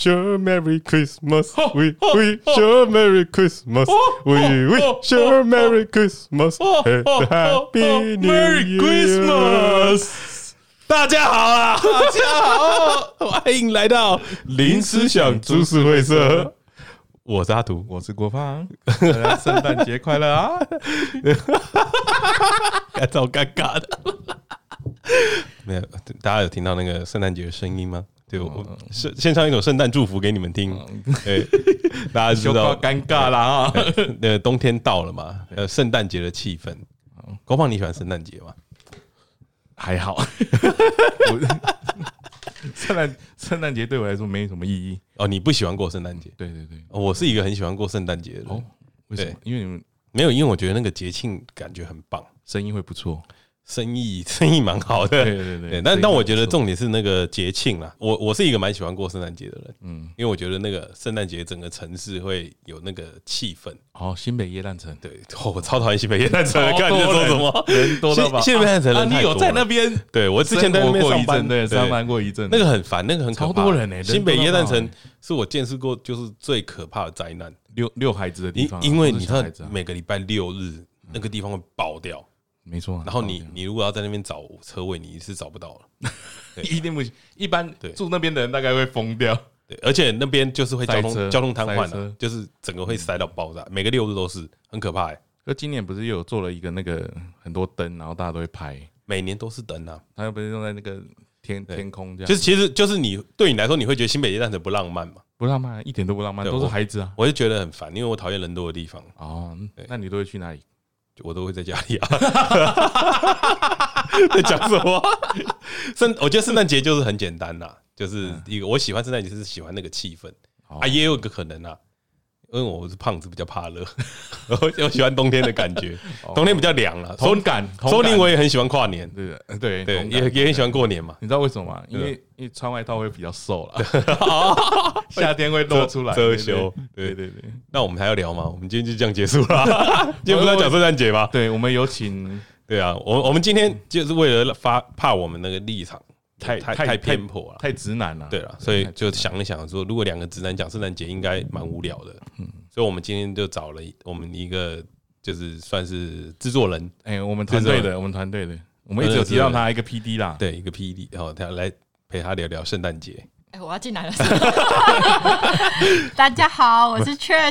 wish you a Merry Christmas. We wish you a Merry Christmas. We wish you a Merry Christmas. Happy New Merry Christmas. 大家好啊！大家好，欢迎来到林思想株式会社。我是阿图， 我是郭胖，大家圣诞节快乐啊！ 超尴尬的。没有，大家有听到那个圣诞节的声音吗？对，我献上一首圣诞祝福给你们听。对，大家知道尴尬啦啊！ 冬天到了嘛，圣诞节的气氛。郭胖，你喜欢圣诞节吗？ 还好，圣诞节对我来说没什么意义。 哦，你不喜欢过圣诞节？ 对对对， 我是一个很喜欢过圣诞节的人。 哦，为什么？因为你们没有，因为我觉得那个节庆感觉很棒， 生意会不错。 生意蛮好的， 对对对。 但我觉得重点是那个节庆啦。我是一个蛮喜欢过圣诞节的人，因为我觉得那个圣诞节整个城市会有那个气氛。 哦，新北耶诞城， 对，我超讨厌新北耶诞城，看你在说什么， 人多到爆。 新北耶诞城人太多了。 你有在那边？ 对，我之前在那边上班， 对，上班过一阵， 那个很烦，那个很可怕。 超多人欸， 新北耶诞城是我见识过就是最可怕的灾难， 遛孩子的地方。 因为你看每个礼拜六日那个地方会爆掉。 没错， 然后你如果要在那边找车位，你是找不到了， 一定不行。一般住那边的人大概会疯掉， 对，而且那边就是会交通瘫痪的，就是整个会塞到爆炸，每个六日都是很可怕。 可今年不是又有做了一个那个很多灯，然后大家都会拍， 每年都是灯啊， 它又不是用在那个天空这样， 就是其实就是对你来说，你会觉得新北耶诞城不浪漫嘛？ 不浪漫，一点都不浪漫，都是孩子啊， 我就觉得很烦，因为我讨厌人多的地方。 哦，那你都会去哪里？ 我都会在家里啊，在讲什么？我觉得圣诞节就是很简单啦，就是一个我喜欢圣诞节是喜欢那个气氛啊，也有一个可能啊，因为我是胖子，比较怕热，我喜欢冬天的感觉，冬天比较凉啦。 同感， 说不定我也很喜欢跨年， 对， 也很喜欢过年嘛。 你知道为什么吗？因为穿外套会比较瘦啦，夏天会露出来遮羞。对。那我们还要聊吗？我们今天就这样结束了。今天不是要讲圣诞节吗？ 对，我们有请。 对啊，我们今天就是为了怕我们那个立场太偏颇了， 太直男了。 对了，所以就想一想说，如果两个直男讲圣诞节，应该蛮无聊的。所以我们今天就找了我们一个就是算是制作人， 我们团队的，我们一直有提到他一个 PD 啦， 对，一个 PD，然后他来陪他聊聊圣诞节。 我要进来了。大家好，我是雀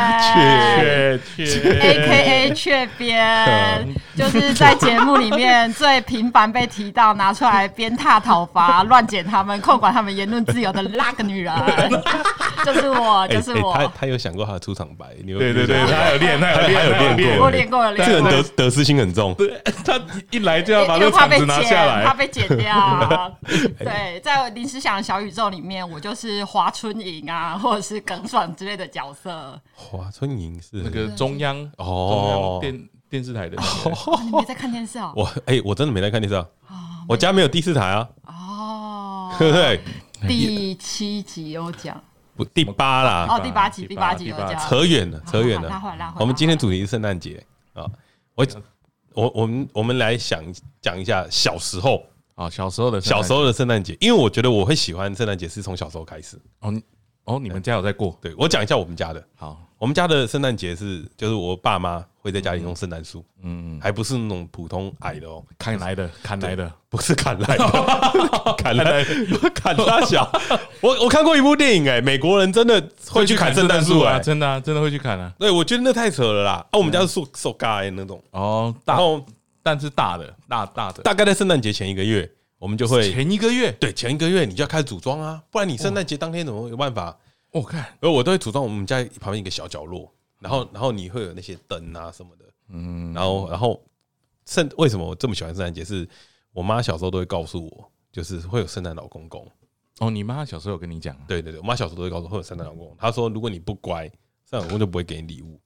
，AKA 雀边，就是在节目里面最频繁被提到拿出来鞭挞讨伐、乱剪他们、控管他们言论自由的那个女人，就是我，就是我。 他有想过他的出场白， 对，他有练过， 我练过。 这个人得失心很重， 对，他一来就要把这个场子拿下来， 怕被剪掉。对，在林思想的小宇宙里面，我就是华春莹啊，或者是耿爽之类的角色。 华春莹是那个中央电视台的。 你没在看电视哦？ 我真的没在看电视啊。我家没有第4台啊。 哦， 对不对？ 第7集有讲。 不，第8啦。 哦，第8集有讲。 扯远了。 拉回来。 我们今天主题是圣诞节啊。我们来讲一下小时候。 小时候的圣诞节，因为我觉得我会喜欢圣诞节是从小时候开始。 你们家有在过？ 对，我讲一下我们家的。 好， 我们家的圣诞节就是我爸妈会在家里弄圣诞树，还不是那种普通矮的哦， 砍来的， 不是砍来的，砍大小。我看过一部电影，美国人真的会去砍圣诞树啊， 真的会去砍啊。 对，我觉得那太扯了啦。我们家是塑盖那种然后。 但是大的， 大概在圣诞节前1个月，我们就会前1个月， 对，前1个月你就要开始组装啊，不然你圣诞节当天怎么有办法？ 我看， 而我都会组装我们家旁边一个小角落，然后你会有那些灯啊什么的，然后为什么我这么喜欢圣诞节？是我妈小时候都会告诉我，就是会有圣诞老公公。 你妈小时候有跟你讲？ 对，我妈小时候都会告诉我会有圣诞老公公。她说如果你不乖，圣诞老公就不会给你礼物。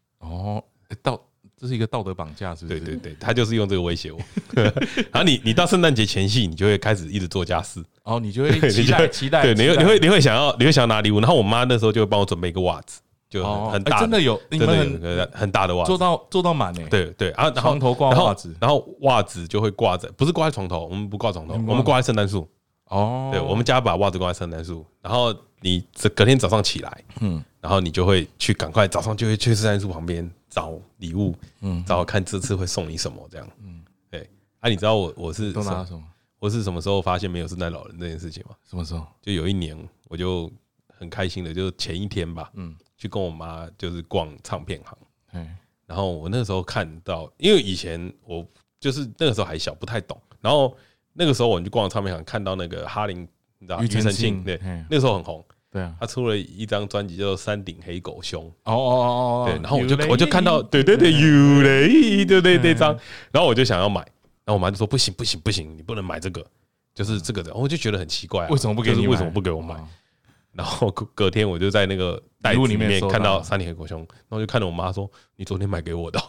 这是一个道德绑架，是不是？ 对，他就是用这个威胁我。然后你到圣诞节前夕，你就会开始一直做家事。 你就会期待。 对，你会想要拿礼物。然后我妈那时候就会帮我准备一个袜子，就很大， 真的有， 真的有很大的袜子， 做到满对，然后床头挂袜子， 然后袜子就会挂在，不是挂在床头，我们不挂床头，我们挂在圣诞树。对，我们家把袜子挂在圣诞树，然后你隔天早上起来，然后你就会去赶快早上就会去圣诞树旁边找礼物，找看这次会送你什么这样，对。你知道我是都拿什么？ 我是什么时候发现没有圣诞老人这件事情吗？ 什么时候？ 就有一年，我就很开心的，就前一天吧，去跟我妈就是逛唱片行，然后我那个时候看到，因为以前我就是那个时候还小，不太懂，然后那个时候我们去逛唱片行，看到那个哈林，你知道庾澄庆，对，那个时候很红。对啊，他出了一张专辑叫做《山顶黑狗兄》对，然后我就看到，对，有嘞，对那张，然后我就想要买，然后我妈就说不行，你不能买这个，就是这个的，我就觉得很奇怪， 为什么不给你？ 为什么不给我买？然后隔天我就在那个袋子里面看到《山顶黑狗兄》，然后就看到我妈说：“你昨天买给我的。”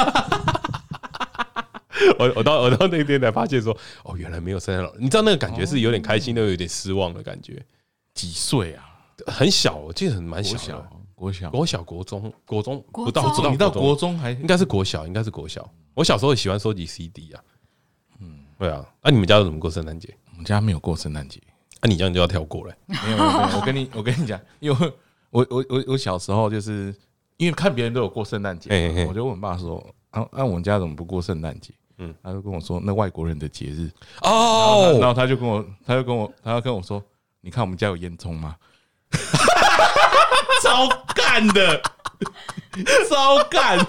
我到那天才发现说，哦，原来没有圣诞老人。你知道那个感觉是有点开心，又有点失望的感觉。 几岁啊？ 很小，我记得很蛮小的。国小、国中不到， 你到国中还应该是国小。我小时候喜欢收集 CD 啊。对啊。那你们家怎么过圣诞节？ 我们家没有过圣诞节。 那你这样就要跳过了。 没有，我跟你讲，因为我小时候就是因为看别人都有过圣诞节，我就问我爸说：“我们家怎么不过圣诞节？”他就跟我说：“那外国人的节日。”然后他要跟我说：“你看我们家有烟囱吗？”超干的，超干！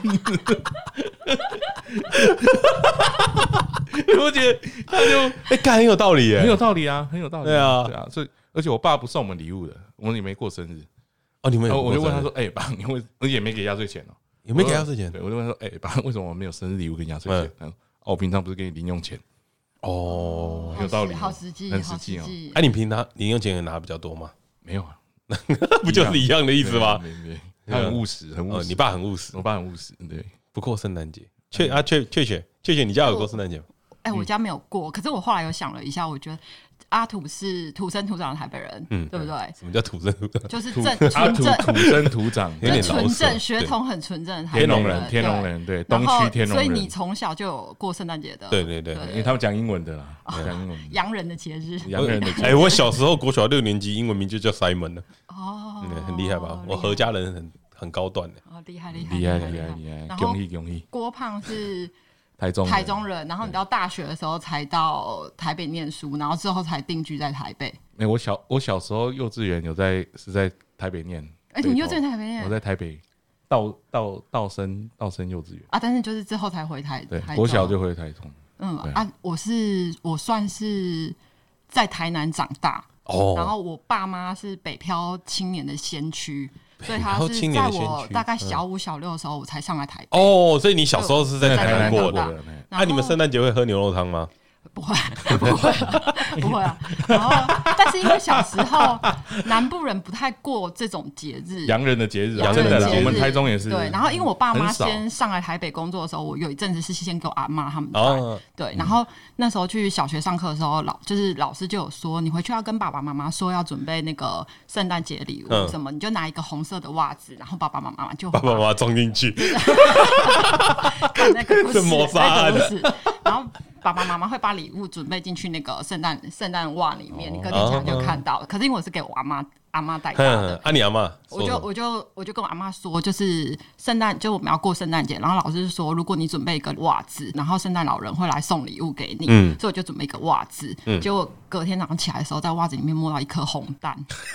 我觉得他就干很有道理耶， 很有道理啊，很有道理。 对啊， 所以而且我爸不送我们礼物的，我们也没过生日。 哦，你们我就问他说：“爸，你会而且也没给压岁钱哦， 也没给压岁钱。” 对，我就问他说：“爸，为什么我没有生日礼物跟压岁钱？”他说：“我平常不是给你零用钱。”哦，有道理， 好实际， 很实际哦。 你平常零用钱拿比较多吗？ 没有啊。 不就是一样的意思吗？ 他很务实，很务实。 你爸很务实， 我爸很务实。对， 不过圣诞节，确雪，你家有过圣诞节吗？ 我家没有过，可是我后来有想了一下，我觉得阿土是土生土长的台北人，对不对？ 什么叫土生土长？ 就是土生土长， 有点纯正血统很纯正的台北人，天龙人，对，东区天龙人。 所以你从小就有过圣诞节的， 对， 因为他们讲英文的啦，讲英文。 洋人的节日， 我小时候国小6年级，英文名就叫 Simon 了，很厉害吧？我何家人很高段的， 厉害， 恭喜！ 郭胖是台中人，然后你到大学的时候才到台北念书，然后之后才定居在台北。 我小时候幼稚园是在台北念。 你幼稚园在台北念？ 我在台北道生幼稚园啊，但是就是之后才回台。 对，国小就回台中。 我算是在台南长大，然后我爸妈是北漂青年的先驱。所以他是在我大概小5、小6的时候，我才上来台北。 所以你小时候是在台南过的。那你们圣诞节会喝牛肉汤吗？ 不会啊。然后，但是因为小时候南部人不太过这种节日， 洋人的节日，真的，我们台中也是。 对，然后因为我爸妈先上来台北工作的时候，我有一阵子是先给我阿嬷他们带。对，然后那时候去小学上课的时候，老师就有说，你回去要跟爸爸妈妈说要准备那个圣诞节礼物什么，你就拿一个红色的袜子，然后爸爸妈妈装进去， 看那个故事， 抹杀的。 然后爸爸妈妈会把礼物准备进去那个圣诞袜里面，你隔天起来就看到了。可是因为我是给我阿妈带大的， 你阿妈， 我就跟我阿妈说，就是圣诞，就我们要过圣诞节，然后老师说，如果你准备一个袜子，然后圣诞老人会来送礼物给你，所以我就准备一个袜子。结果隔天早上起来的时候，在袜子里面摸到一颗红蛋，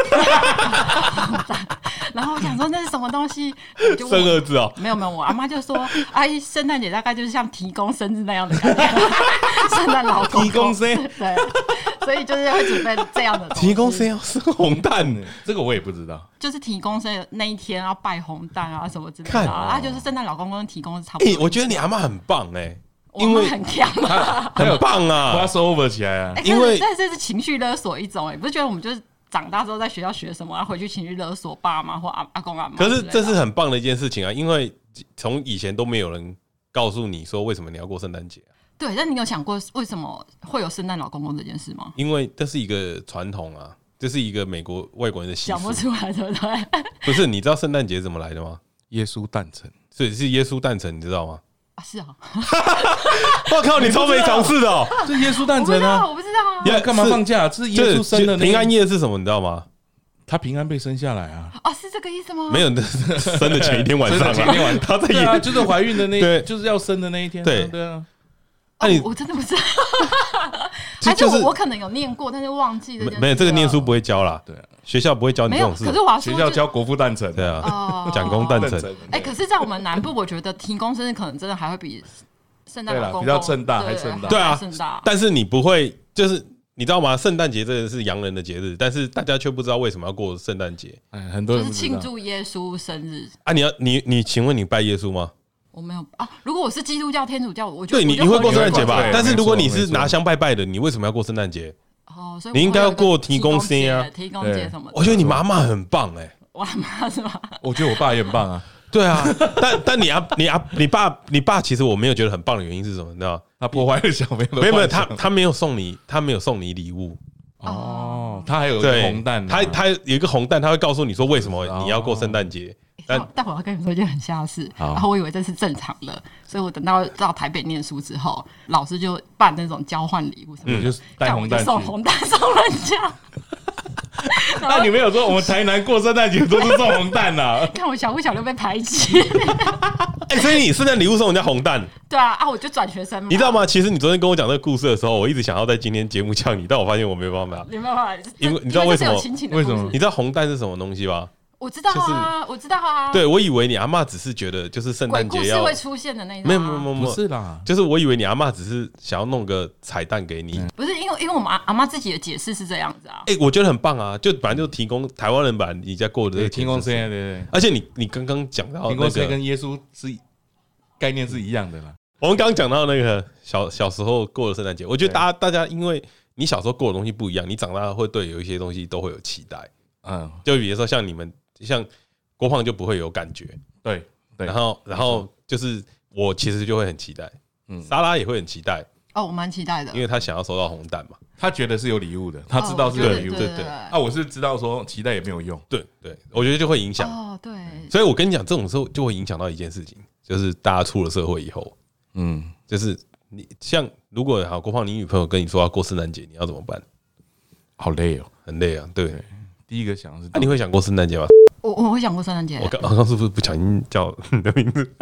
然后我想说那是什么东西， 生儿子哦， 没有，我阿妈就说，圣诞节大概就是像提供生日那样的感觉，圣诞老公提供生， 对，所以就是会准备这样的东西。 提供生要生红蛋呢， 这个我也不知道， 就是提供生那一天要拜红蛋啊什么之类的，就是圣诞老公公提供是差不多。 我觉得你阿妈很棒因为很强， 很棒啊 ，cross over 起来啊。 因为这是情绪勒索一种，不是觉得我们就是长大之后在学校学什么，然后回去情绪勒索爸妈或阿公阿妈。 可是这是很棒的一件事情啊，因为从以前都没有人告诉你说为什么你要过圣诞节。 对，但你有想过为什么会有圣诞老公公这件事吗？ 因为这是一个传统啊，这是一个美国外国人的习俗。 想不出来，对不对？ 不是，你知道圣诞节怎么来的吗？ 耶稣诞辰， 所以是耶稣诞辰，你知道吗？ 是啊。 我靠，你超没尝试的哦！ 这耶稣诞辰啊！ 我不知道啊。 干嘛放假？这是耶稣生的。 平安夜是什么？你知道吗？ 他平安被生下来啊。 哦，是这个意思吗？ 没有，生的前一天晚上啊， 前一天晚上他在对啊，就是怀孕的对就是要生的那一天。 对对啊。 我真的不知道，还是就是我可能有念过，但是忘记了。 没有这个念书不会教啦， 对啊， 学校不会教你没有。 这种事。 可是我要说， 学校教国父诞辰， 对啊，蒋公诞辰。 可是在我们南部，我觉得提供生日可能真的还会比圣诞老公公比较盛大，还盛大。 对啊， 盛大。 但是你不会，就是你知道吗？圣诞节这个是洋人的节日，但是大家却不知道为什么要过圣诞节。 很多人就是庆祝耶稣生日啊！你请问你拜耶稣吗？ 我没有啊。如果我是基督教、天主教，我觉得对你会过圣诞节吧？但是如果你是没错拿香拜拜的，你为什么要过圣诞节？ 哦，所以你应该要过提供节啊， 提供节什么的。 我觉得你妈妈很棒哎， 我妈是吧？ 我觉得我爸也很棒啊。 对啊，但你爸其实我没有觉得很棒的原因是什么？你知道？ 他破坏了小朋友的。 没有，他没有送你礼物。 哦，他还有一个红蛋， 他有一个红蛋，他会告诉你说为什么你要过圣诞节。 但我要跟你们说一件很瞎的事，然后我以为这是正常的，所以我等到台北念书之后，老师就办那种交换礼物什么的， 就是带红蛋去送红蛋送人家。 那你没有说我们台南过圣诞节都是送红蛋呐？ 看我小不小就被排挤。 所以你圣诞礼物送人家红蛋？ 对啊，我就转学生嘛。 你知道吗？其实你昨天跟我讲这个故事的时候，我一直想要在今天节目呛你，但我发现我没办法。 你没办法， 因为你知道为什么？ 为什么？ 你知道红蛋是什么东西吗？ 我知道啊，我知道啊。 对，我以为你阿嬷只是觉得就是圣诞节要会出现的那种。 没有， 不是啦， 就是我以为你阿嬷只是想要弄个彩蛋给你。 不是，因为我们阿嬷自己的解释是这样子啊。 我觉得很棒啊，就本来就提供台湾人把你在过的这个提供圣诞，对。 而且你刚刚讲到提供圣诞跟耶稣是概念是一样的啦。 我们刚刚讲到那个小时候过的圣诞节，我觉得大家因为你小时候过的东西不一样，你长大会对有一些东西都会有期待。就比如说像你们像郭胖就不会有感觉， 对， 然后就是我其实就会很期待，莎拉也会很期待。 哦，我蛮期待的， 因为他想要收到红蛋嘛， 他觉得是有礼物的，他知道是有礼物， 对。 我是知道说期待也没有用， 对，我觉得就会影响。 哦，对。 所以我跟你讲，这种时候就会影响到一件事情，就是大家出了社会以后，就是你像如果郭胖，你女朋友跟你说要过圣诞节，你要怎么办？ 好累哦， 很累啊。对， 第一个想的是， 你会想过圣诞节吗？ 我会想过圣诞节。 我刚是不是不小心叫你的名字？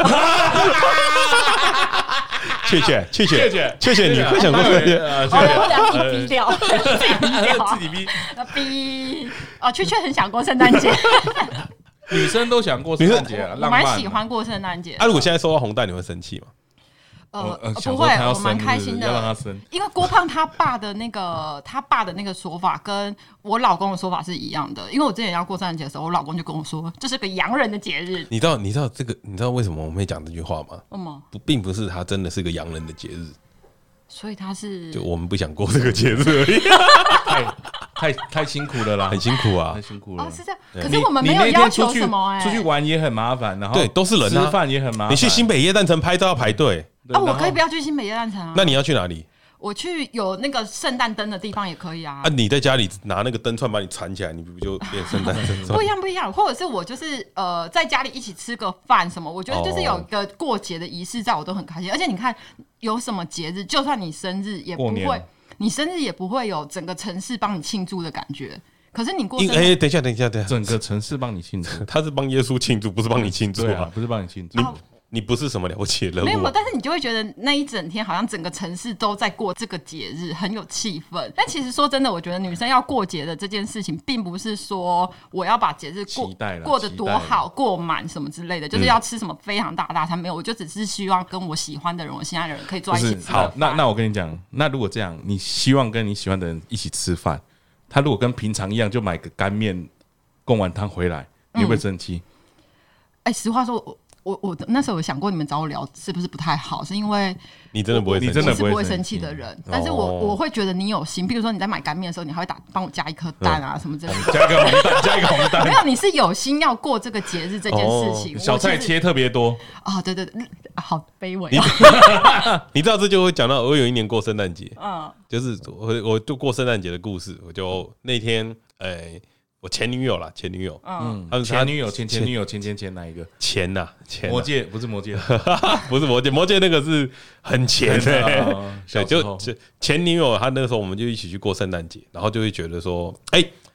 雀，你会想过圣诞节？ 我俩自己逼掉， 自己逼。 哦，雀很想过圣诞节。 女生都想过圣诞节啊， 我蛮喜欢过圣诞节。 如果现在收到红蛋，你会生气吗？ 不会，我蛮开心的， 要让他生。 因为郭胖他爸的那个说法跟我老公的说法是一样的。因为我之前要过圣诞节的时候，我老公就跟我说，这是个洋人的节日。 你知道这个？你知道为什么我们会讲这句话吗？并不是他真的是个洋人的节日， 所以他是就我们不想过这个节日而已。 太辛苦了啦， 很辛苦啊， 太辛苦了。 是这样，可是我们没有要求什么出去玩也很麻烦，然后对，都是人吃饭也很麻烦。 你去新北耶诞城拍照要排队我可以不要去新北耶诞城啊？ 那你要去哪里？ 我去有那个圣诞灯的地方也可以啊。 你在家里拿那个灯串把你缠起来，你不就变圣诞灯？ 不一样，或者是我就是在家里一起吃个饭什么，我觉得就是有一个过节的仪式在，我都很开心。而且你看，有什么节日，就算你生日也不会，你生日也不会有整个城市帮你庆祝的感觉。可是你过生日， 等一下， 整个城市帮你庆祝， 他是帮耶稣庆祝，不是帮你庆祝啊， 不是帮你庆祝。 你不是什么了不起的人物， 没有，但是你就会觉得那一整天好像整个城市都在过这个节日，很有气氛。但其实说真的，我觉得女生要过节的这件事情，并不是说我要把节日过得多好、过满什么之类的，就是要吃什么非常大的大餐，没有，我就只是希望跟我喜欢的人、我心爱的人可以坐在一起吃。 好，那我跟你讲，那如果这样，你希望跟你喜欢的人一起吃饭，他如果跟平常一样，就买个干面、贡丸汤回来，你会不会生气？ 实话说，我那时候有想过，你们找我聊是不是不太好？是因为你真的不会， 你真的不会生气的人，但是我会觉得你有心。比如说你在买干面的时候，你还会帮我加一颗蛋啊什么之类的， 加一个红蛋。 没有，你是有心要过这个节日这件事情。 小菜切特别多对，好卑微。 你知道这就会讲到我有一年过圣诞节，就是我就过圣诞节的故事。我就那天我前女友，前女友，前女友哪一个？前魔戒不是魔戒，不是魔戒，魔戒那个是很前的。对，就前女友，她那个时候我们就一起去过圣诞节，然后就会觉得说，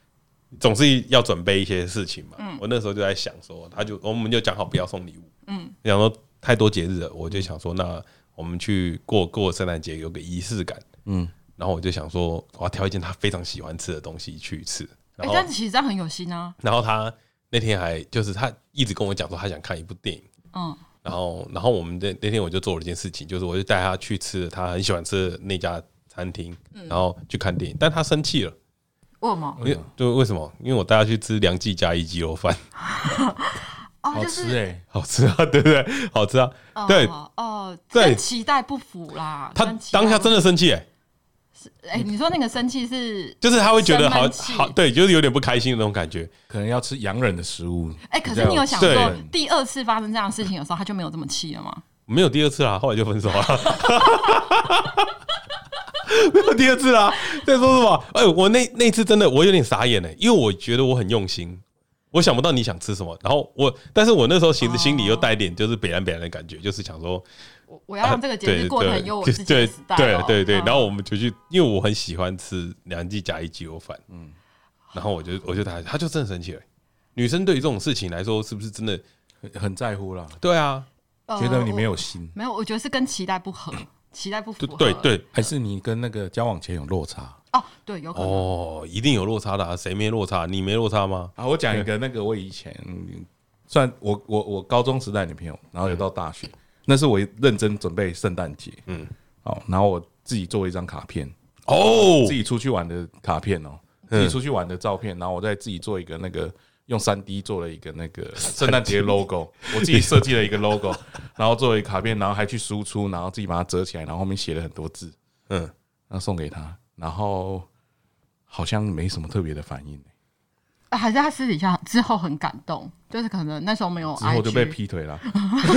总是要准备一些事情嘛。我那时候就在想说，我们就讲好不要送礼物。想说太多节日了，我就想说，那我们去过圣诞节有个仪式感。然后我就想说，我要挑一件他非常喜欢吃的东西去吃。 但其实这样很有心啊。 然后他那天还就是他一直跟我讲说，他想看一部电影。然后我们那天我就做了一件事情，就是我就带他去吃了他很喜欢吃的那家餐厅，然后去看电影。但他生气了。 为什么？ 为什么？因为我带他去吃梁记加一鸡肉饭。 好吃好吃啊，对不对？好吃啊，对跟期待不符啦。 他当下真的生气你说那个生气是， 就是他会觉得好，对，就是有点不开心的那种感觉， 可能要吃洋人的食物。 可是你有想过，第二次发生这样的事情的时候，他就没有这么气了吗？ 没有第二次啦，后来就分手了。没有第二次啦，在说什么？我那次真的我有点傻眼因为我觉得我很用心。我想不到你想吃什么，然后但是我那时候其实心里又带一点就是北兰的感觉，就是想说， 我要让这个节日过得很有我自己的 style。 对，然后我们就去，因为我很喜欢吃梁记加一鸡肉饭，然后我就他就真的生气了。女生对于这种事情来说，是不是真的很在乎啦？ 对啊， 觉得你没有心， 没有，我觉得是跟期待不合，期待不符合。 对， 还是你跟那个交往前有落差？ 对，有可能。 一定有落差的谁没落差？你没落差吗？ 我讲一个那个我以前算我高中时代女朋友，然后有到大学，那是我认真准备圣诞节，然后我自己做了一张卡片，自己出去玩的卡片自己出去玩的照片，然后我再自己做一个那个用3D 做了一个那个圣诞节 logo， 我自己设计了一个 logo， 然后做了一个卡片，然后还去输出，然后自己把它折起来，然后后面写了很多字，然后送给他，然后好像没什么特别的反应还是他私底下之后很感动，就是可能那时候没有 IG， 之后就被劈腿了。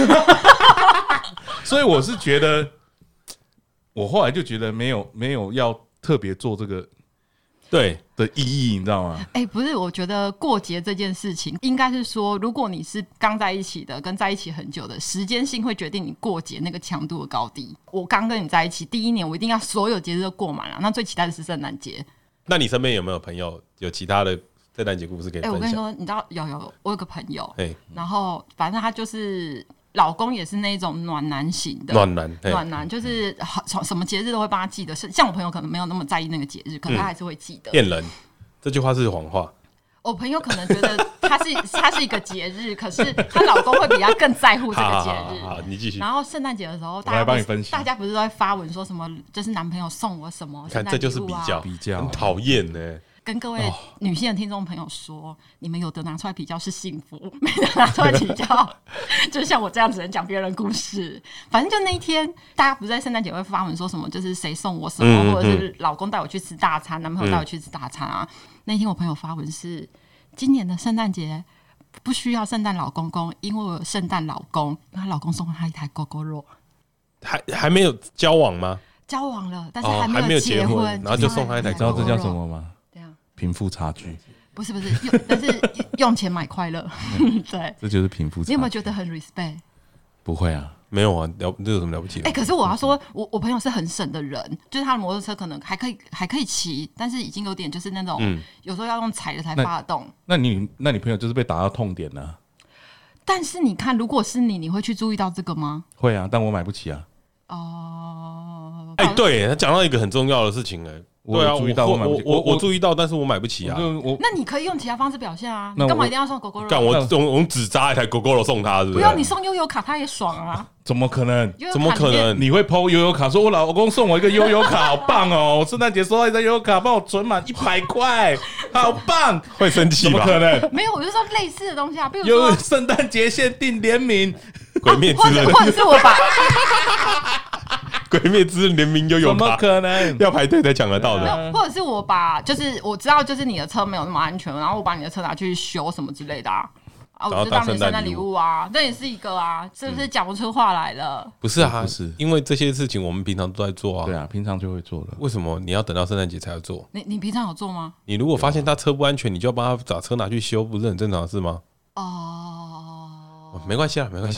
所以我是觉得，我后来就觉得没有要特别做这个对的意义，你知道吗？ 不是，我觉得过节这件事情，应该是说，如果你是刚在一起的，跟在一起很久的，时间性会决定你过节那个强度的高低。我刚跟你在一起第1年，我一定要所有节日都过满了，那最期待的是圣诞节。 那你身边有没有朋友有其他的圣诞节故事可以分享？ 我跟你说，你知道我有个朋友，然后反正他就是老公也是那种暖男型的，暖男就是什么节日都会帮他记得。像我朋友可能没有那么在意那个节日，可是他还是会记得。 骗人，这句话是谎话。 我朋友可能觉得他是一个节日，可是她老公会比她更在乎这个节日。 好，你继续。 然后圣诞节的时候， 大家不是都在发文说什么，就是男朋友送我什么圣诞礼物啊？ 看这就是比较，很讨厌呢。 跟各位女性的听众朋友说，你们有的拿出来比较是幸福，没得拿出来比较，就像我这样只能讲别人故事。反正就那一天，大家不是在圣诞节会发文说什么，就是谁送我什么，或者是老公带我去吃大餐，男朋友带我去吃大餐啊。那天我朋友发文是，今年的圣诞节不需要圣诞老公公，因为我有圣诞老公，因为她老公送她一台狗狗肉。 还没有交往吗？ 交往了，但是还没有结婚， 然后就送她一台。 知道这叫什么吗？贫富差距。 不是，但是用钱买快乐。对， 这就是贫富差距。 你有没有觉得很 respect？ 不会啊， 没有啊，这有什么了不起的？ 可是我要说，我朋友是很省的人，就是他的摩托车可能还可以骑，但是已经有点就是那种，有时候要用踩的才发得动。 那你朋友就是被打到痛点了。 但是你看，如果是你会去注意到这个吗？ 会啊，但我买不起啊。 对，他讲到一个很重要的事情对啊，我注意到，但是我买不起啊。 那你可以用其他方式表现啊，你干嘛一定要送狗狗肉？ 干我只扎一台狗狗肉送他，是不是？ 不要你送悠游卡，他也爽啊。 怎么可能？ 怎么可能？ 你会 po 悠游卡，说我老公送我一个悠游卡，好棒哦！我圣诞节收到一张悠游卡，帮我存满100块，好棒！ 会生气吧？ 怎么可能？ 没有，我就说类似的东西啊，比如说圣诞节限定联名鬼灭之刃， 或者是我把鬼灭之刃联名悠游卡， 怎么可能？ 要排队才抢得到的。 或者是我把，就是我知道，就是你的车没有那么安全，然后我把你的车拿去修什么之类的啊。我就当你的圣诞礼物啊，这也是一个啊，是不是讲不出话来了？ 不是啊，不是，因为这些事情我们平常都在做啊。 对啊，平常就会做的。 为什么你要等到圣诞节才要做？ 你平常有做吗？ 你如果发现他车不安全，你就要帮他把车拿去修，不是很正常的事吗？没关系啊，没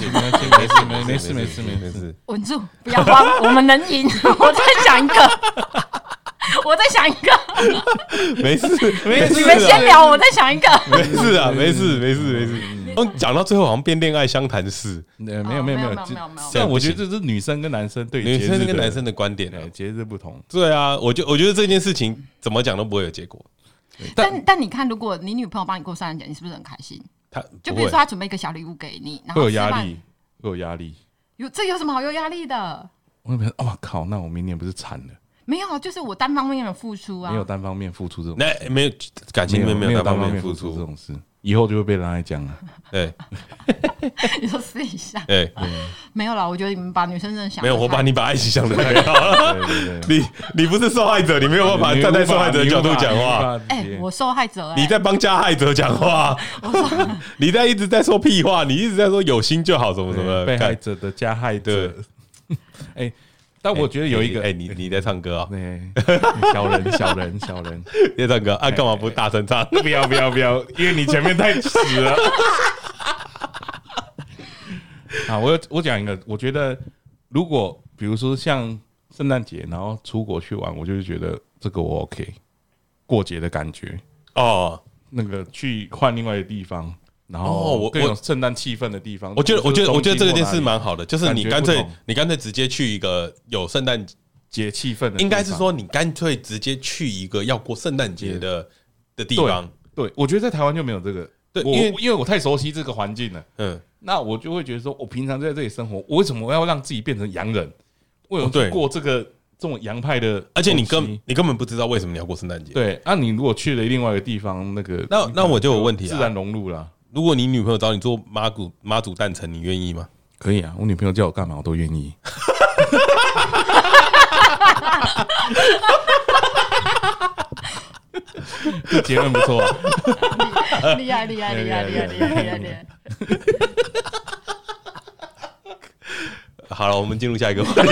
事， 稳住，不要慌，我们能赢。我再讲一个， 我再想一个。 没事没事， 你们先聊，我再想一个。 没事啊，没事。讲到最后好像变恋爱相谈室。 没有， 但我觉得这是女生跟男生对女生跟男生的观点节日不同。 对啊，我觉得这件事情怎么讲都不会有结果。 但你看，如果你女朋友帮你过圣诞节，你是不是很开心？就比如说她准备一个小礼物给你，然后会有压力， 这有什么好有压力的？ 我会哇靠，那我明年不是惨了？ 没有，就是我单方面的付出啊， 没有单方面付出这种， 那没有感情里面没有单方面付出这种事，以后就会被人来讲了。 对， 你说试一下， 对， 没有啦，我觉得你们把女生真的想没有，我把你把爱情想得太好了。你不是受害者，你没有办法站在受害者的角度讲话。 我受害者， 你在帮加害者讲话，你一直在说屁话，你一直在说有心就好，什么什么被害者的加害者。但我觉得有一个， 你在唱歌啊？ 小人， 你在唱歌啊？干嘛不大声唱？ 不要，因为你前面太迟了。啊，我讲一个，我觉得如果比如说像圣诞节，然后出国去玩，我就是觉得这个我 OK， 过节的感觉哦， 那个去换另外的地方。然后更有圣诞气氛的地方， 我觉得这件事蛮好的，就是你干脆直接去一个有圣诞节气氛的， 应该是说你干脆直接去一个要过圣诞节的地方。 对，我觉得在台湾就没有这个， 对， 因为我太熟悉这个环境了，那我就会觉得说，我平常在这里生活，我为什么要让自己变成洋人？为什么过这种洋派的？ 而且你根本不知道为什么你要过圣诞节。 对，你如果去了另外一个地方， 那我就有问题啊， 自然融入了。 如果你女朋友找你做妈祖诞辰，你愿意吗？ 可以啊，我女朋友叫我干嘛我都愿意。这结论不错啊， 厉害！ 好了，我们进入下一个话题。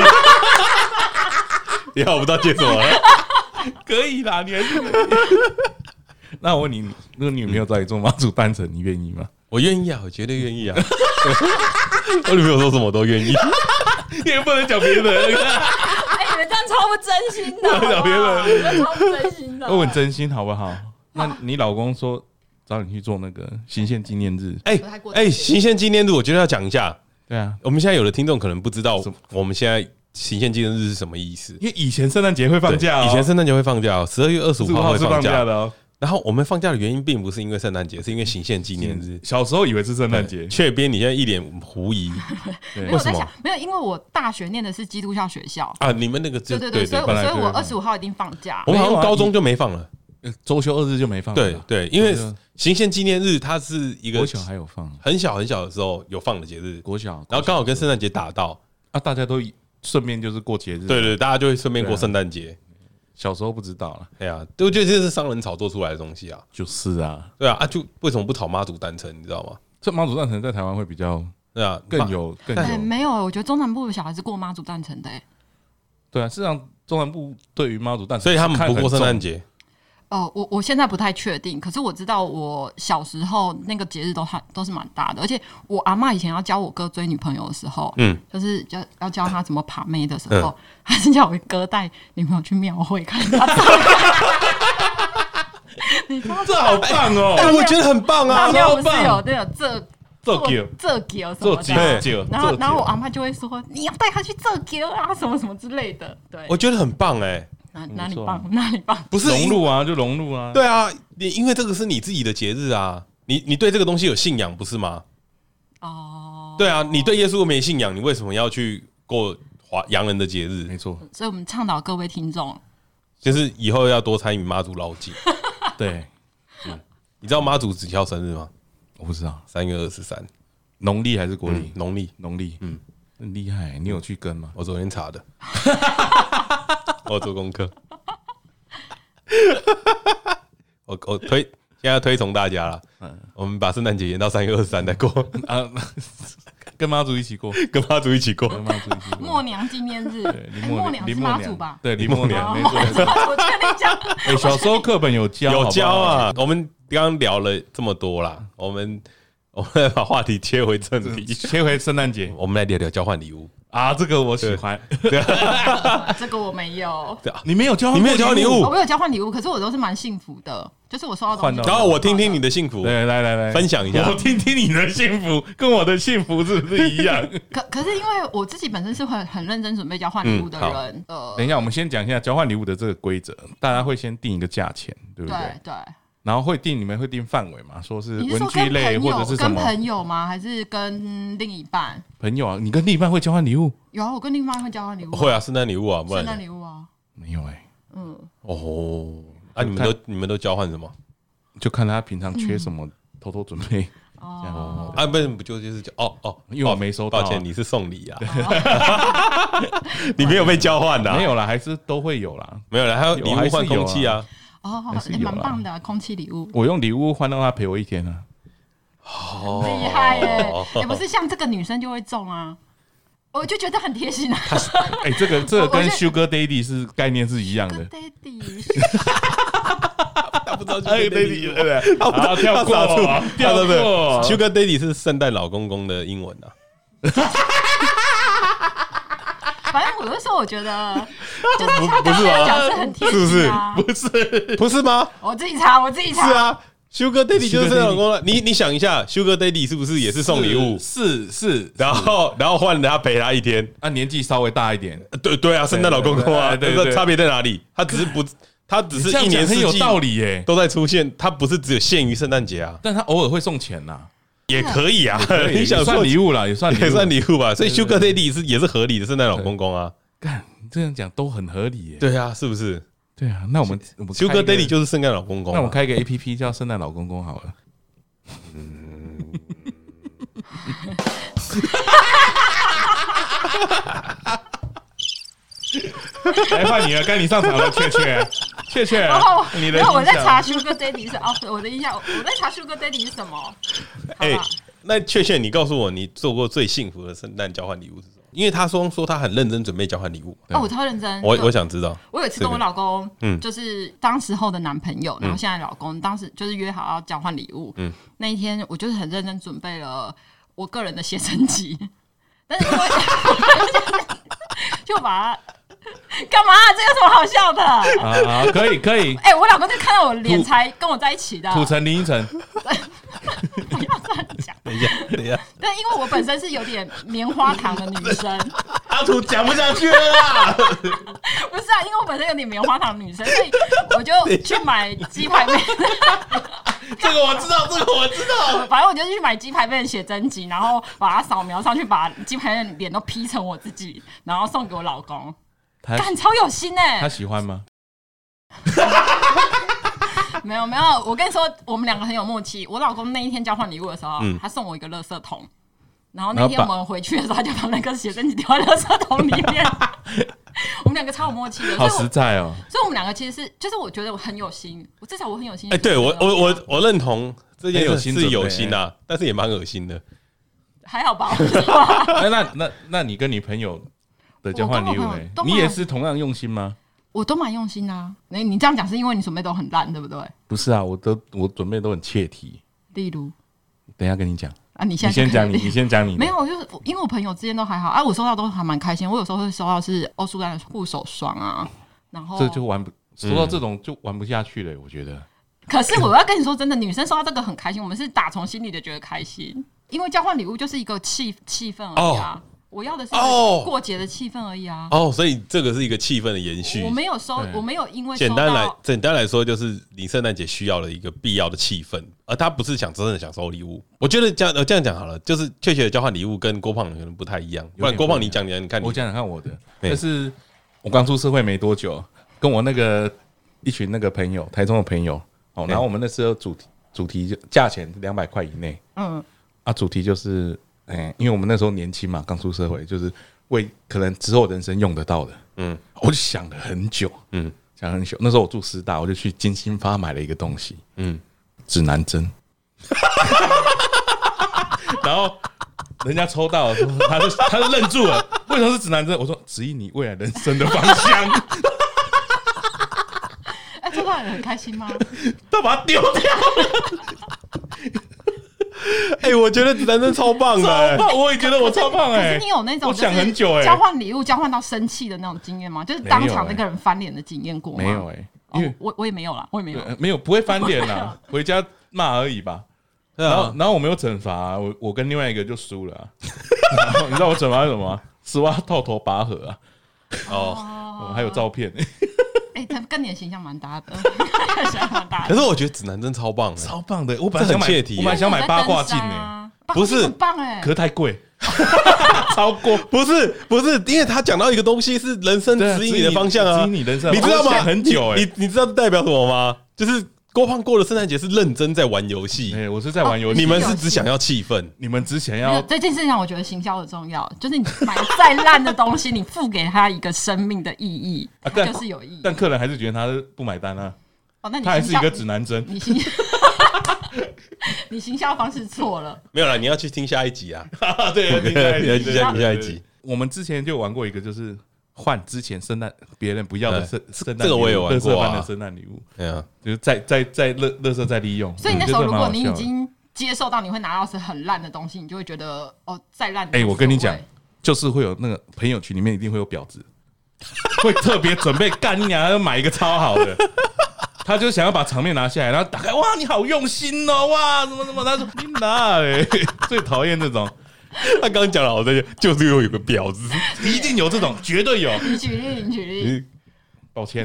你好，我不知道接什么了。 可以啦，你还是。那我问你，如果女朋友找你做妈祖诞辰，你愿意吗？ 我愿意啊，我绝对愿意啊。我女朋友说什么我都愿意。 你也不能讲别人。 你们这样超不真心的， 讲别人， 超不真心的。 我很真心，好不好？那你老公说找你去做那个行宪纪念日， 行宪纪念日，我觉得要讲一下。 对啊， 我们现在有的听众可能不知道，我们现在行宪纪念日是什么意思？ 因为以前圣诞节会放假， 以前圣诞节会放假，12月25号会放假的哦。 然后我们放假的原因并不是因为圣诞节，是因为行宪纪念日。 小时候以为是圣诞节， 却边你现在一脸狐疑。 为什么？没有，因为我大学念的是基督教学校啊，你们那个对，所以我25号一定放假。 我们好像高中就没放了， 周休2日就没放了。 对，因为行宪纪念日它是一个国小还有放， 很小的时候有放的节日， 国小， 然后刚好跟圣诞节打到， 大家都顺便就是过节日。 对，大家就会顺便过圣诞节。 小时候不知道了， 哎呀，我觉得这是商人炒作出来的东西啊。 就是啊， 对啊，就为什么不炒妈祖诞辰？你知道吗？ 这妈祖诞辰在台湾会比较，对啊，更有。 没有，我觉得中南部的小孩是过妈祖诞辰的。对啊，事实上中南部对于妈祖诞辰， 所以他们不过圣诞节。 我现在不太确定，可是我知道我小时候那个节日都是蛮大的，而且我阿嬷以前要教我哥追女朋友的时候，就是要教他怎么把妹的时候，还是叫我哥带女朋友去庙会看他。你说这好棒哦！ 我觉得很棒啊， 庙不是有这酒什么的， 然后我阿嬷就会说你要带他去这酒啊，什么什么之类的。对， 我觉得很棒哎。 哪里棒？哪里棒？ 不是融入啊，就融入啊。 对啊，因为这个是你自己的节日啊，你对这个东西有信仰不是吗？哦，对啊，你对耶稣没信仰，你为什么要去过洋人的节日？ 没错， 所以我们倡导各位听众， 就是以后要多参与妈祖捞祭。 对， 你知道妈祖几号生日吗？ 我不知道 ，3月23， 农历还是国历？ 农历， 很厉害，你有去跟吗？ 我昨天查的。我做功课，我现在推崇大家了，我们把圣诞节延到3月23再过啊， 跟妈祖一起过， 跟妈祖一起过， 默娘纪念日，默娘是妈祖吧？ 对，林默娘，没错。 我跟你讲， 小时候课本有教啊。我们刚刚聊了这么多啦，我们来把话题切回正题， 切回圣诞节， 我们来聊聊交换礼物。 啊，这个我喜欢。 这个我没有。 你没有交换， 你没有交换礼物， 我有交换礼物，可是我都是蛮幸福的，就是我收到东西。 然后我听听你的幸福， 对，来分享一下， 我听听你的幸福，跟我的幸福是不是一样？ 可是因为我自己本身是很认真准备交换礼物的人。 等一下，我们先讲一下交换礼物的这个规则，大家会先定一个价钱，对不对？ 对。 然后你们会定范围嘛？说是文具类或者是什么？ 跟朋友吗？还是跟另一半？ 朋友啊，你跟另一半会交换礼物？ 有啊，我跟另一半会交换礼物。 会啊，圣诞礼物啊，不然圣诞礼物啊， 没有你们都交换什么？ 就看他平常缺什么，偷偷准备。 不就是因为我没收到。 抱歉，你是送礼啊，你没有被交换的。 没有啦，还是都会有啦。 没有啦，还有礼物换空气啊。 蛮棒的空气礼物。 我用礼物换到他陪我一天啊。 厉害耶！也不是像这个女生就会中啊。我就觉得很贴心啊。 这个跟 Sugar Daddy 是概念是一样的。 Daddy。 他不知道 Sugar Daddy， 对不对？ 他跳过。 Sugar Daddy 是圣诞老公公的英文啊。 反正我就说，我觉得就是他刚刚那个角色很贴心啊， 不是吗？ 我自己查。 是啊，Sugar Daddy 就是圣诞老公公。你想一下 ，Sugar Daddy 是不是也是送礼物？ 是， 然后换了他陪他一天， 年纪稍微大一点。 对啊，圣诞老公公啊，对，差别在哪里？他只是一年四季很有道理耶， 都在出现，他不是只有限于圣诞节啊， 但他偶尔会送钱呐。 也可以啊， 你想算礼物啦，也算礼物吧。所以 Sugar Daddy 也是合理的圣诞老公公啊。 干，这样讲都很合理耶。 对啊，是不是？ 对啊，那我们 Sugar Daddy 就是圣诞老公公。 那我们开一个 APP 叫圣诞老公公好了。来换你了，该你上场了，雀，你的我在查 Sugar Daddy 是我的印象，我在查 Sugar Daddy 是什么？ 那雀，你告诉我，你做过最幸福的圣诞交换礼物是什么？因为他说他很认真准备交换礼物。 我超认真。 我想知道。 我有一次跟我老公，就是当时候的男朋友，然后现在老公，当时就是约好要交换礼物。那一天我就是很认真准备了我个人的写真集，但是因为就把它。干嘛？这有什么好笑的？ 可以。 我老公就看到我脸才跟我在一起的。 土城林依晨。 不要这样讲。 等一下。 但因为我本身是有点棉花糖的女生， 阿土讲不下去了啦。 不是啊，因为我本身有点棉花糖女生，所以我就去买鸡排妹。 这个我知道。 反正我就去买鸡排妹的写真集，然后把它扫描上去，把鸡排妹的脸都 P 成我自己，然后送给我老公。干超有心他喜欢吗？ 没有，我跟你说，我们两个很有默契。我老公那一天交换礼物的时候，他送我一个垃圾桶，然后那天我们回去的时候，他就把那个写真集丢在垃圾桶里面。我们两个超有默契的， 好实在哦。 所以我们两个其实是，就是我觉得我很有心，至少我很有心。 对我认同这件事是有心啊，但是也蛮恶心的。 还好吧？ 那你跟你朋友的交换礼物你也是同样用心吗？ 我都蛮用心啊。你这样讲是因为你准备都很烂，对不对？ 不是啊，我准备都很切题。 例如， 等一下跟你讲啊，你先讲你。 没有，就是因为我朋友之间都还好啊，我收到都还蛮开心。我有时候会收到是欧舒丹的护手霜啊，然后这就收到这种就玩不下去了，我觉得。 可是我要跟你说真的，女生收到这个很开心，我们是打从心里的觉得开心，因为交换礼物就是一个气氛而已啊。我要的是过节的气氛而已啊！ 所以这个是一个气氛的延续。 我没有因为简单来说，就是你圣诞节需要的一个必要的气氛，而他不是真的想收礼物。我觉得这样讲好了，就是确切的交换礼物跟郭胖可能不太一样。不然郭胖你讲你看， 我讲我的，就是我刚出社会没多久，跟我那个一群那个朋友，台中的朋友，然后我们那时候主题就价钱200块以内，主题就是。因为我们那时候年轻嘛，刚出社会，就是为可能之后人生用得到的，我就想了很久，想很久。那时候我住师大，我就去金星发买了一个东西，指南针，然后人家抽到了，他就愣住了，为什么是指南针？我说指引你未来人生的方向。 抽到人很开心吗？ 他把它丢掉了。 我觉得男生超棒的， 超棒，我也觉得我超棒可是你有那种我想很久交换礼物交换到生气的那种经验吗？就是当场那个人翻脸的经验过吗？ 没有因为我也没有啦，我也没有， 没有不会翻脸啦，回家骂而已吧。然后我没有惩罚，我跟另外一个就输了。然后你知道我惩罚是什么吗？丝袜套头拔河啊！还有照片。 他跟你的形象蛮搭的， 可是我觉得指南针超棒的， 超棒的。我本来想买，我本来想买八卦镜呢， 不是很棒可是太贵，超过。 不是，因为他讲到一个东西是人生指引你的方向啊， 指引你人生， 你知道吗？ 很久你知道这代表什么吗？就是郭胖过的圣诞节是认真在玩游戏， 我是在玩游戏， 你们是只想要气氛， 你们只想要这件事情上，我觉得行销的重要，就是你买再烂的东西，你付给他一个生命的意义，就是有意义。 但客人还是觉得他不买单啊。 那你他还是一个指南针， 你行销方式错了。 没有啦，你要去听下一集啊。 对， 听下一集。 我们之前就玩过一个，就是换之前圣诞别人不要的圣诞， 这个我也玩过啊，垃圾般的圣诞礼物， 对啊， 就是在垃圾再利用。 所以那时候如果你已经接受到你会拿到是很烂的东西，你就会觉得再烂。 我跟你讲，就是会有那个朋友群里面一定会有婊子，会特别准备干娘要买一个超好的。他就想要把场面拿下来，然后打开，哇，你好用心哦，哇，什么什么，他说你拿最讨厌这种。 他刚讲了，我这就是又有个婊子， 一定有这种，绝对有。 你举例， 抱歉。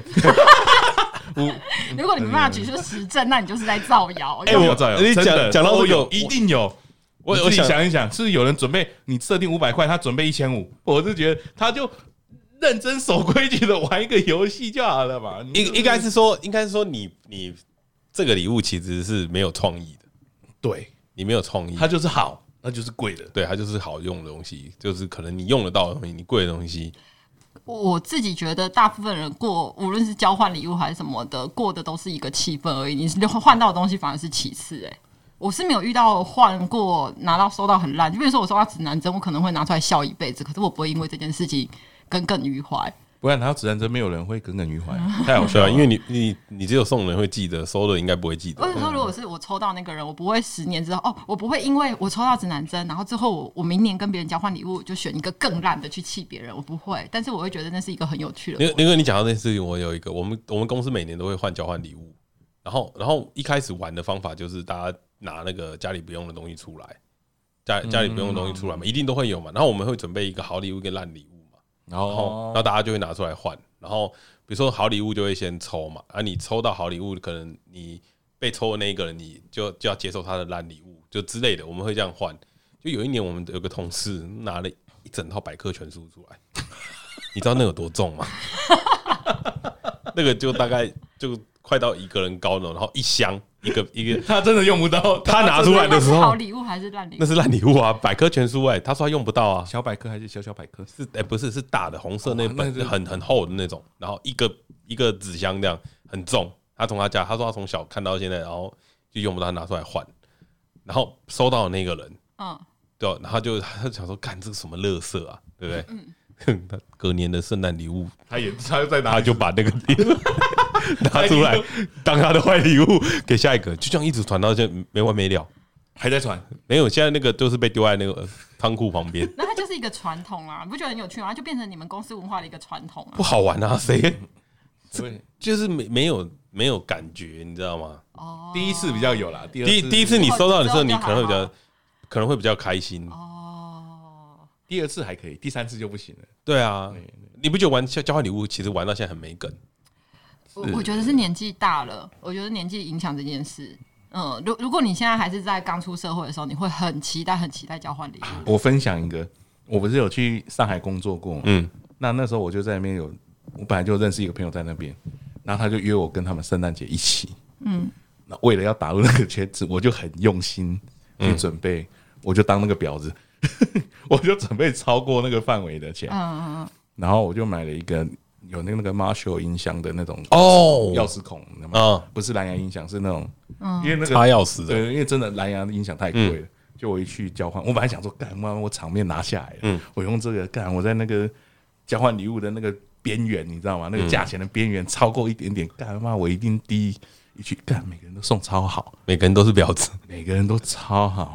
如果你没办法举出实证，那你就是在造谣。 我造谣， 你讲到这个， 一定有。我自己想一想，是有人准备你设定500块，他准备1500，我是觉得他就认真守规矩的玩一个游戏就好了嘛。 应该是说你这个礼物其实是没有创意的， 对你没有创意， 它就是好。那就是贵的， 对，它就是好用的东西，就是可能你用得到的东西，你贵的东西。 我自己觉得，大部分人过，无论是交换礼物还是什么的，过的都是一个气氛而已。你换到的东西反而是其次。我是没有遇到换过收到很烂，就比如说我收到指南针，我可能会拿出来笑一辈子，可是我不会因为这件事情耿耿于怀。 不然拿到指南针，没有人会耿耿于怀，太好笑了。 因为你只有送人会记得，收的应该不会记得。 或者说，如果是我抽到那个人，我不会10年之后我不会因为我抽到指南针，然后之后我明年跟别人交换礼物，就选一个更烂的去气别人，我不会。但是我会觉得那是一个很有趣的。 因为你讲到这件事情，我有一个，我们公司每年都会换交换礼物，然后一开始玩的方法就是大家拿那个家里不用的东西出来，家里不用的东西出来嘛，一定都会有嘛。然后我们会准备一个好礼物跟烂礼物嘛，然后大家就会拿出来换。然后比如说好礼物就会先抽嘛，你抽到好礼物，可能你被抽的那一个人，你就要接受他的烂礼物，就之类的，我们会这样换。就有一年我们有个同事拿了一整套百科全书出来，你知道那有多重吗？那个就大概就快到一个人高呢，然后一箱一个， 他真的用不到。他拿出来的时候， 好礼物还是烂礼物？ 那是烂礼物啊，百科全书他说他用不到啊。 小百科还是小百科？ 是不是大的红色那本，很厚的那种，然后一个纸箱这样很重。他从他家，他说他从小看到现在，然后就用不到，他拿出来换。然后收到的那个人，对，然后他想说，干这个什么垃圾啊，对不对？他隔年的圣诞礼物， 他又在拿， 他就把那个拿出来当他的坏礼物给下一个，就这样一直传到现在没完没了， 还在传。没有，现在那个就是被丢在那个仓库旁边。 那它就是一个传统啊，你不觉得很有趣吗？它就变成你们公司文化的一个传统啊。 不好玩啊，谁？就是没有感觉，你知道吗？ 第一次比较有啦，第一次你收到的时候，你可能会比较开心。 第2次还可以，第3次就不行了。 对啊，你不觉得玩交换礼物其实玩到现在很没梗？ 我觉得是年纪大了，我觉得年纪影响这件事。如果你现在还是在刚出社会的时候，你会很期待交换礼物。 我分享一个，我不是有去上海工作过吗？那时候我就在那边我本来就认识一个朋友在那边，然后他就约我跟他们圣诞节一起。那为了要打入那个圈子，我就很用心去准备，我就当那个婊子。我就准备超过那个范围的钱，然后我就买了一个有那个 Marshall 音箱的那种钥匙孔，不是蓝牙音响，是那种，因为那个插钥匙的， 对，因为真的蓝牙音响太贵了。就我一去交换，我本来想说，干妈我场面拿下来了，我用这个干，我在那个交换礼物的那个边缘，你知道吗？那个价钱的边缘超过一点点，干妈我一定第一去干，每个人都送超好， 每个人都是婊子， 每个人都超好。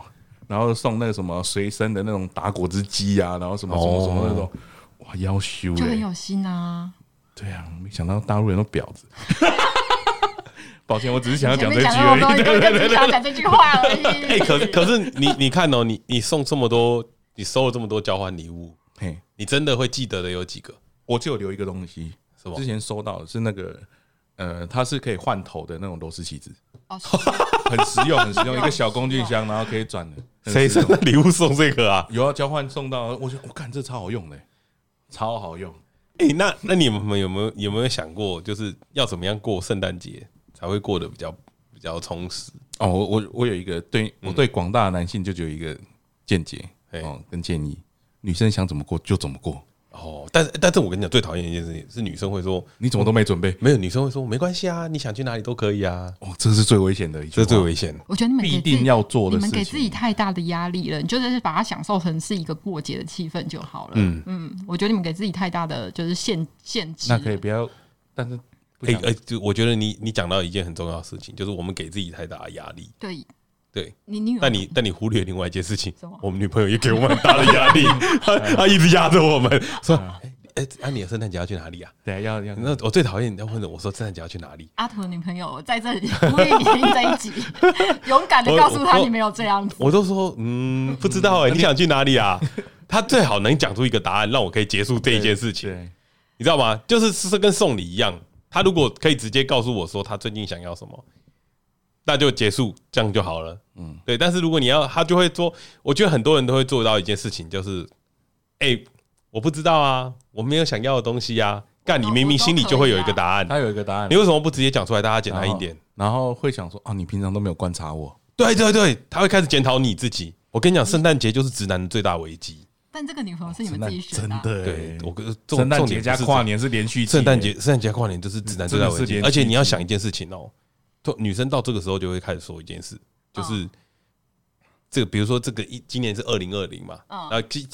然后送那个什么随身的那种打果汁机啊，然后什么什么什么那种，哇，要求就很有心啊。 对啊，没想到大陆人都婊子。抱歉，我只是想要讲这句而已， 对， 只想讲这句话而已。 哎，可是你看哦，你送这么多，你收了这么多交换礼物，你真的会记得的有几个？ 我就有留一个东西，之前收到的是那个它是可以换头的那种螺丝起子，很实用，很实用，一个小工具箱，然后可以转的。 谁圣诞礼物送这个啊？ 有要交换送到，我看这超好用的，超好用。 哎，那你们有没有想过，就是要怎么样过圣诞节才会过得比较充实？ 哦，我有一个我对广大的男性就有一个见解跟建议，女生想怎么过就怎么过。 哦，但是我跟你讲，最讨厌的一件事情是女生会说你怎么都没准备， 没有女生会说没关系啊，你想去哪里都可以啊。 哦，这是最危险的一句话， 这是最危险的。 我觉得你们必定要做的事情， 你们给自己太大的压力了，你就是把它享受成是一个过节的气氛就好了。我觉得你们给自己太大的就是限制。 那可以不要，但是我觉得你讲到一件很重要的事情，就是我们给自己太大的压力。对，但你忽略另外一件事情，我们女朋友也给我们很大的压力，她一直压着我们说：“你的圣诞节要去哪里啊？” 对，要。 那我最讨厌要问的，我说圣诞节要去哪里？ 阿图的女朋友在这里呼吁你听这一集，勇敢的告诉他你没有这样子。 我都说不知道你想去哪里啊？他最好能讲出一个答案，让我可以结束这一件事情，你知道吗？就是跟送礼一样，他如果可以直接告诉我说他最近想要什么。那就结束，这样就好了。对。但是如果他就会说，我觉得很多人都会做到一件事情，就是，我不知道啊，我没有想要的东西啊。干，你明明心里就会有一个答案， 他有一个答案， 你为什么不直接讲出来，大家简单一点？ 然后会想说，你平常都没有观察我。 对，他会开始检讨你自己。我跟你讲，圣诞节就是直男的最大危机。 但这个女朋友是你们自己选的， 真的。 对， 圣诞节加跨年是连续期， 圣诞节跨年就是直男最大危机。而且你要想一件事情哦。女生到这个时候就会开始说一件事，就是这个，比如说这个今年是2020嘛，然后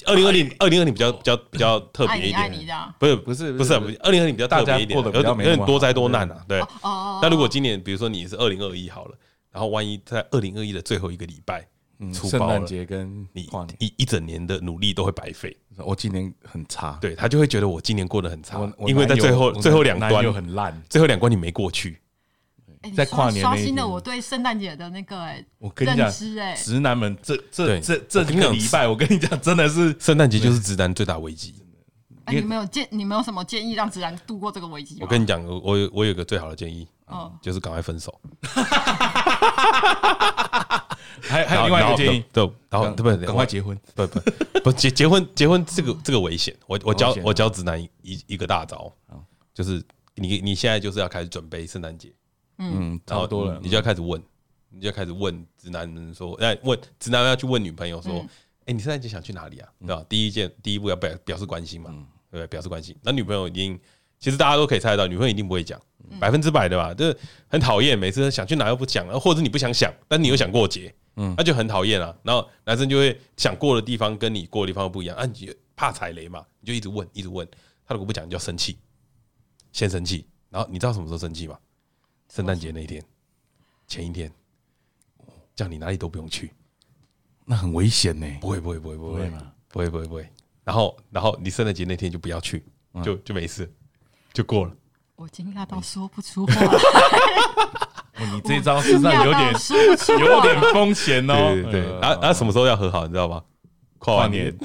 2020比较特别一点，不是2020比较特别一点，有点多灾多难啊，对。但如果今年比如说你是2021好了，然后万一在2021的最后一个礼拜出包了， 圣诞节跟你一整年的努力都会白费。 我今年很差， 对，他就会觉得我今年过得很差，因为在最后两端又很烂， 最后两关你没过去。 在跨年刷新了我对圣诞节的那个我跟你讲，直男们这个礼拜，我跟你讲，真的是圣诞节就是直男最大危机。 你们有什么建议让直男度过这个危机吗？ 我跟你讲，我有一个最好的建议，就是赶快分手。 还有另外一个建议， 对，然后对， 赶快结婚， 不结婚这个危险。我教直男一个大招，就是你现在就是要开始准备圣诞节。 差不多了， 你就要开始问直男们说，直男要去问女朋友说，你圣诞节想去哪里啊？对吧？第一步要表示关心嘛，对不对？表示关心。那女朋友其实大家都可以猜得到，女朋友一定不会讲，100%的吧？就是很讨厌，每次想去哪又不讲，或者你不想想，但你又想过节，那就很讨厌啊。然后男生就会想过的地方跟你过的地方不一样，你怕踩雷嘛，你就一直问，他如果不讲，你就要生气，先生气。然后你知道什么时候生气吗？圣诞节那一天，前一天，这样你哪里都不用去， 那很危险呢。 不会，然后你圣诞节那天就不要去，就没事，就过了。 我惊讶到说不出话来。 你这招实在有点风险哦。 对，啊，什么时候要和好，你知道吗？跨完年，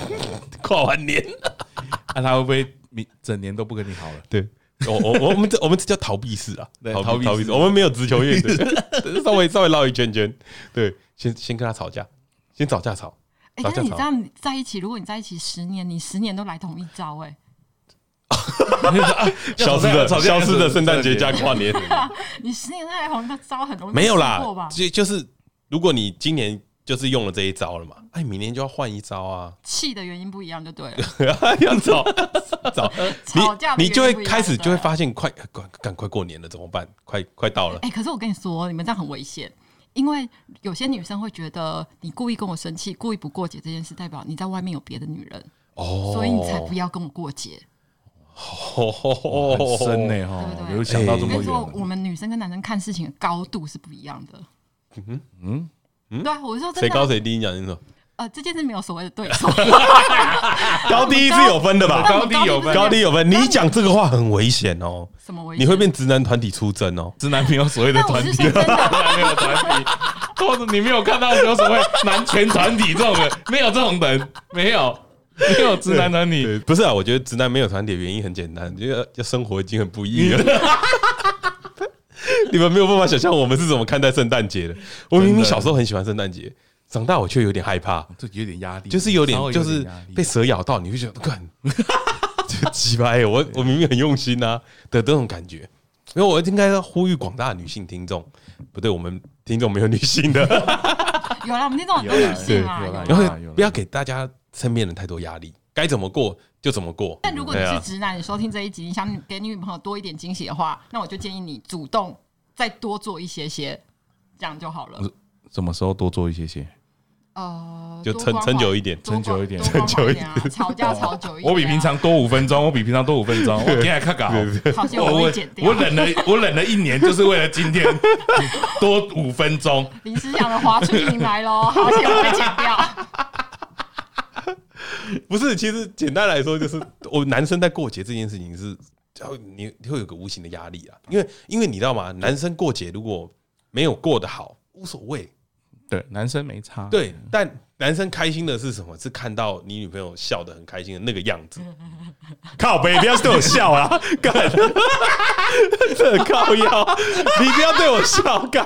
他会不会整年都不跟你好了？ 对。我们这叫逃避式啊，逃避式。我们没有直球运的，稍微绕一圈圈。对，先跟他吵架，先找架吵。 但是你这样在一起，如果你在一起10年，你10年都来同一招， 消失的圣诞节加跨年， 你10年都来同一招，很容易没有啦。就是如果你今年就是用了这一招了嘛，明年就要换一招啊。 气的原因不一样就对了， 要吵架， 你就会开始就会发现快过年了，怎么办？快到了。 可是我跟你说，你们这样很危险，因为有些女生会觉得你故意跟我生气，故意不过节这件事，代表你在外面有别的女人，所以你才不要跟我过节。 很深呢，对不对？有想到这么远。 说我们女生跟男生看事情的高度是不一样的。对啊，我说真的， 谁高谁低？你讲清楚。 这件事没有所谓的对错， 高低是有分的吧？ 高低有分， 高低有分。你讲这个话很危险哦， 什么危险？ 你会变直男团体出征哦。 直男没有所谓的团体，直男没有团体，或者你没有看到有所谓男权团体这种人，没有这种人，没有直男团体。 不是啊，我觉得直男没有团体的原因很简单，因为生活已经很不易了。你们没有办法想象我们是怎么看待圣诞节的。我明明小时候很喜欢圣诞节。长大我却有点害怕， 这有点压力， 就是有点就是被蛇咬到，你会觉得干，这鸡巴我明明很用心啊的这种感觉。因为我应该要呼吁广大的女性听众，不对，我们听众没有女性的， 有啦，我们听众很多女性啊， 然后不要给大家身边人太多压力，该怎么过就怎么过。 但如果你是直男，你收听这一集，你想给你女朋友多一点惊喜的话，那我就建议你主动再多做一些，这样就好了。 什么时候多做一些？ 就撑久一点， 撑久一点， 吵架吵久一点。 我比平常多5分钟，我今天还看稿， 好像我会剪掉。 我忍了1年，就是为了今天多5分钟。 林思祥的华春莹来咯，好像我会剪掉。 不是，其实简单来说，就是我男生在过节这件事情是，你会有个无形的压力啊，因为你知道吗？男生过节如果没有过得好，无所谓。 对，男生没差。 对，但男生开心的是什么？是看到你女朋友笑得很开心的那个样子。靠北，不要对我笑啊！干，这很靠腰，你不要对我笑，干。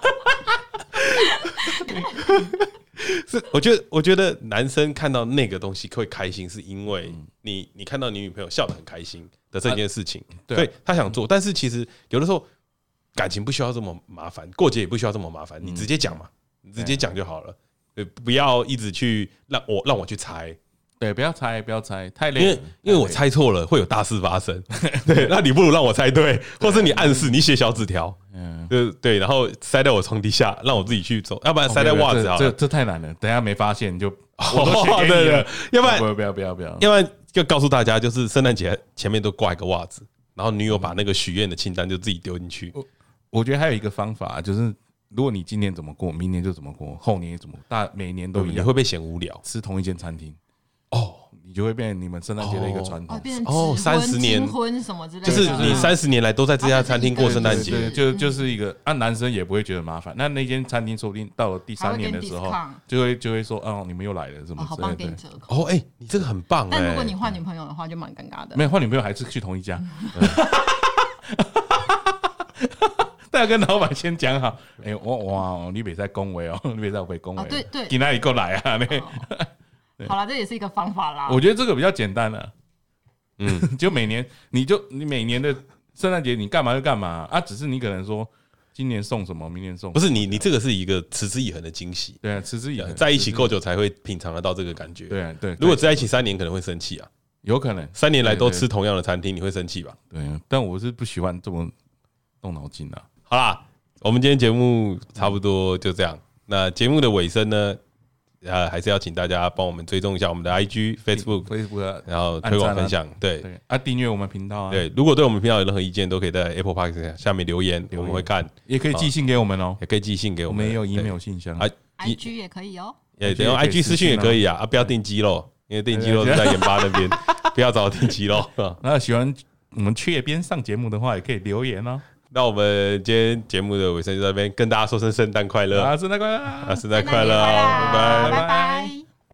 是，我觉得男生看到那个东西会开心，是因为你看到你女朋友笑得很开心的这件事情，对他想做。但是其实有的时候感情不需要这么麻烦，过节也不需要这么麻烦，你直接讲嘛。你直接讲就好了，不要一直去让我去猜。 对，不要猜，太累了。 因为我猜错了会有大事发生。对，那你不如让我猜对，或是你暗示你写小纸条，对，然后塞在我床底下，让我自己去走，要不然塞在袜子好了。 这太难了，等一下没发现就我都写给你了。 要不然不要， 要不然就告诉大家，就是圣诞节前面都挂一个袜子，然后女友把那个许愿的清单就自己丢进去。 我觉得还有一个方法就是。如果你今年怎么过，明年就怎么过，后年也怎么，每年都一样， 你会被嫌无聊。 吃同一间餐厅，你就会变成你们圣诞节的一个传统。 30年金婚什么之类的， 就是你30年来都在这家餐厅过圣诞节， 就是一个男生也不会觉得麻烦。那间餐厅说不定到了第3年的时候，就会说你们又来了什么之类的。 给你折扣。 你这个很棒。 但如果你换女朋友的话，就蛮尴尬的。 没有换女朋友还是去同一家。大家跟老板先讲好，你别再恭维哦，你别再被恭维。 对， 你哪里过来啊？ 好啦，这也是一个方法啦。 我觉得这个比较简单了。就每年你每年的圣诞节你干嘛就干嘛啊，只是你可能说今年送什么，明年送什么。 不是你这个是一个持之以恒的惊喜。 对啊，持之以恒， 在一起够久才会品尝得到这个感觉。 对， 如果在一起3年可能会生气啊， 有可能 3年来都吃同样的餐厅，你会生气吧？ 对，但我是不喜欢这么动脑筋啊。 好啦，我们今天节目差不多就这样。那节目的尾声呢，还是要请大家帮我们追踪一下我们的 IG、Facebook， 然后推广分享。对订阅我们频道啊。 对，如果对我们频道有任何意见，都可以在 Apple Podcast 下面留言，我们会看。 也可以寄信给我们哦， 也可以寄信给我们。 我们也有 email 信箱 ，IG 也可以哦。 等用 IG 私讯也可以啊，不要订鸡肉，因为订鸡肉是在盐巴那边，不要找我订鸡肉。 那喜欢我们雀边上节目的话，也可以留言哦。 那我们今天节目的尾声就在这边跟大家说声圣诞快乐， 圣诞快乐， 圣诞快乐，拜拜。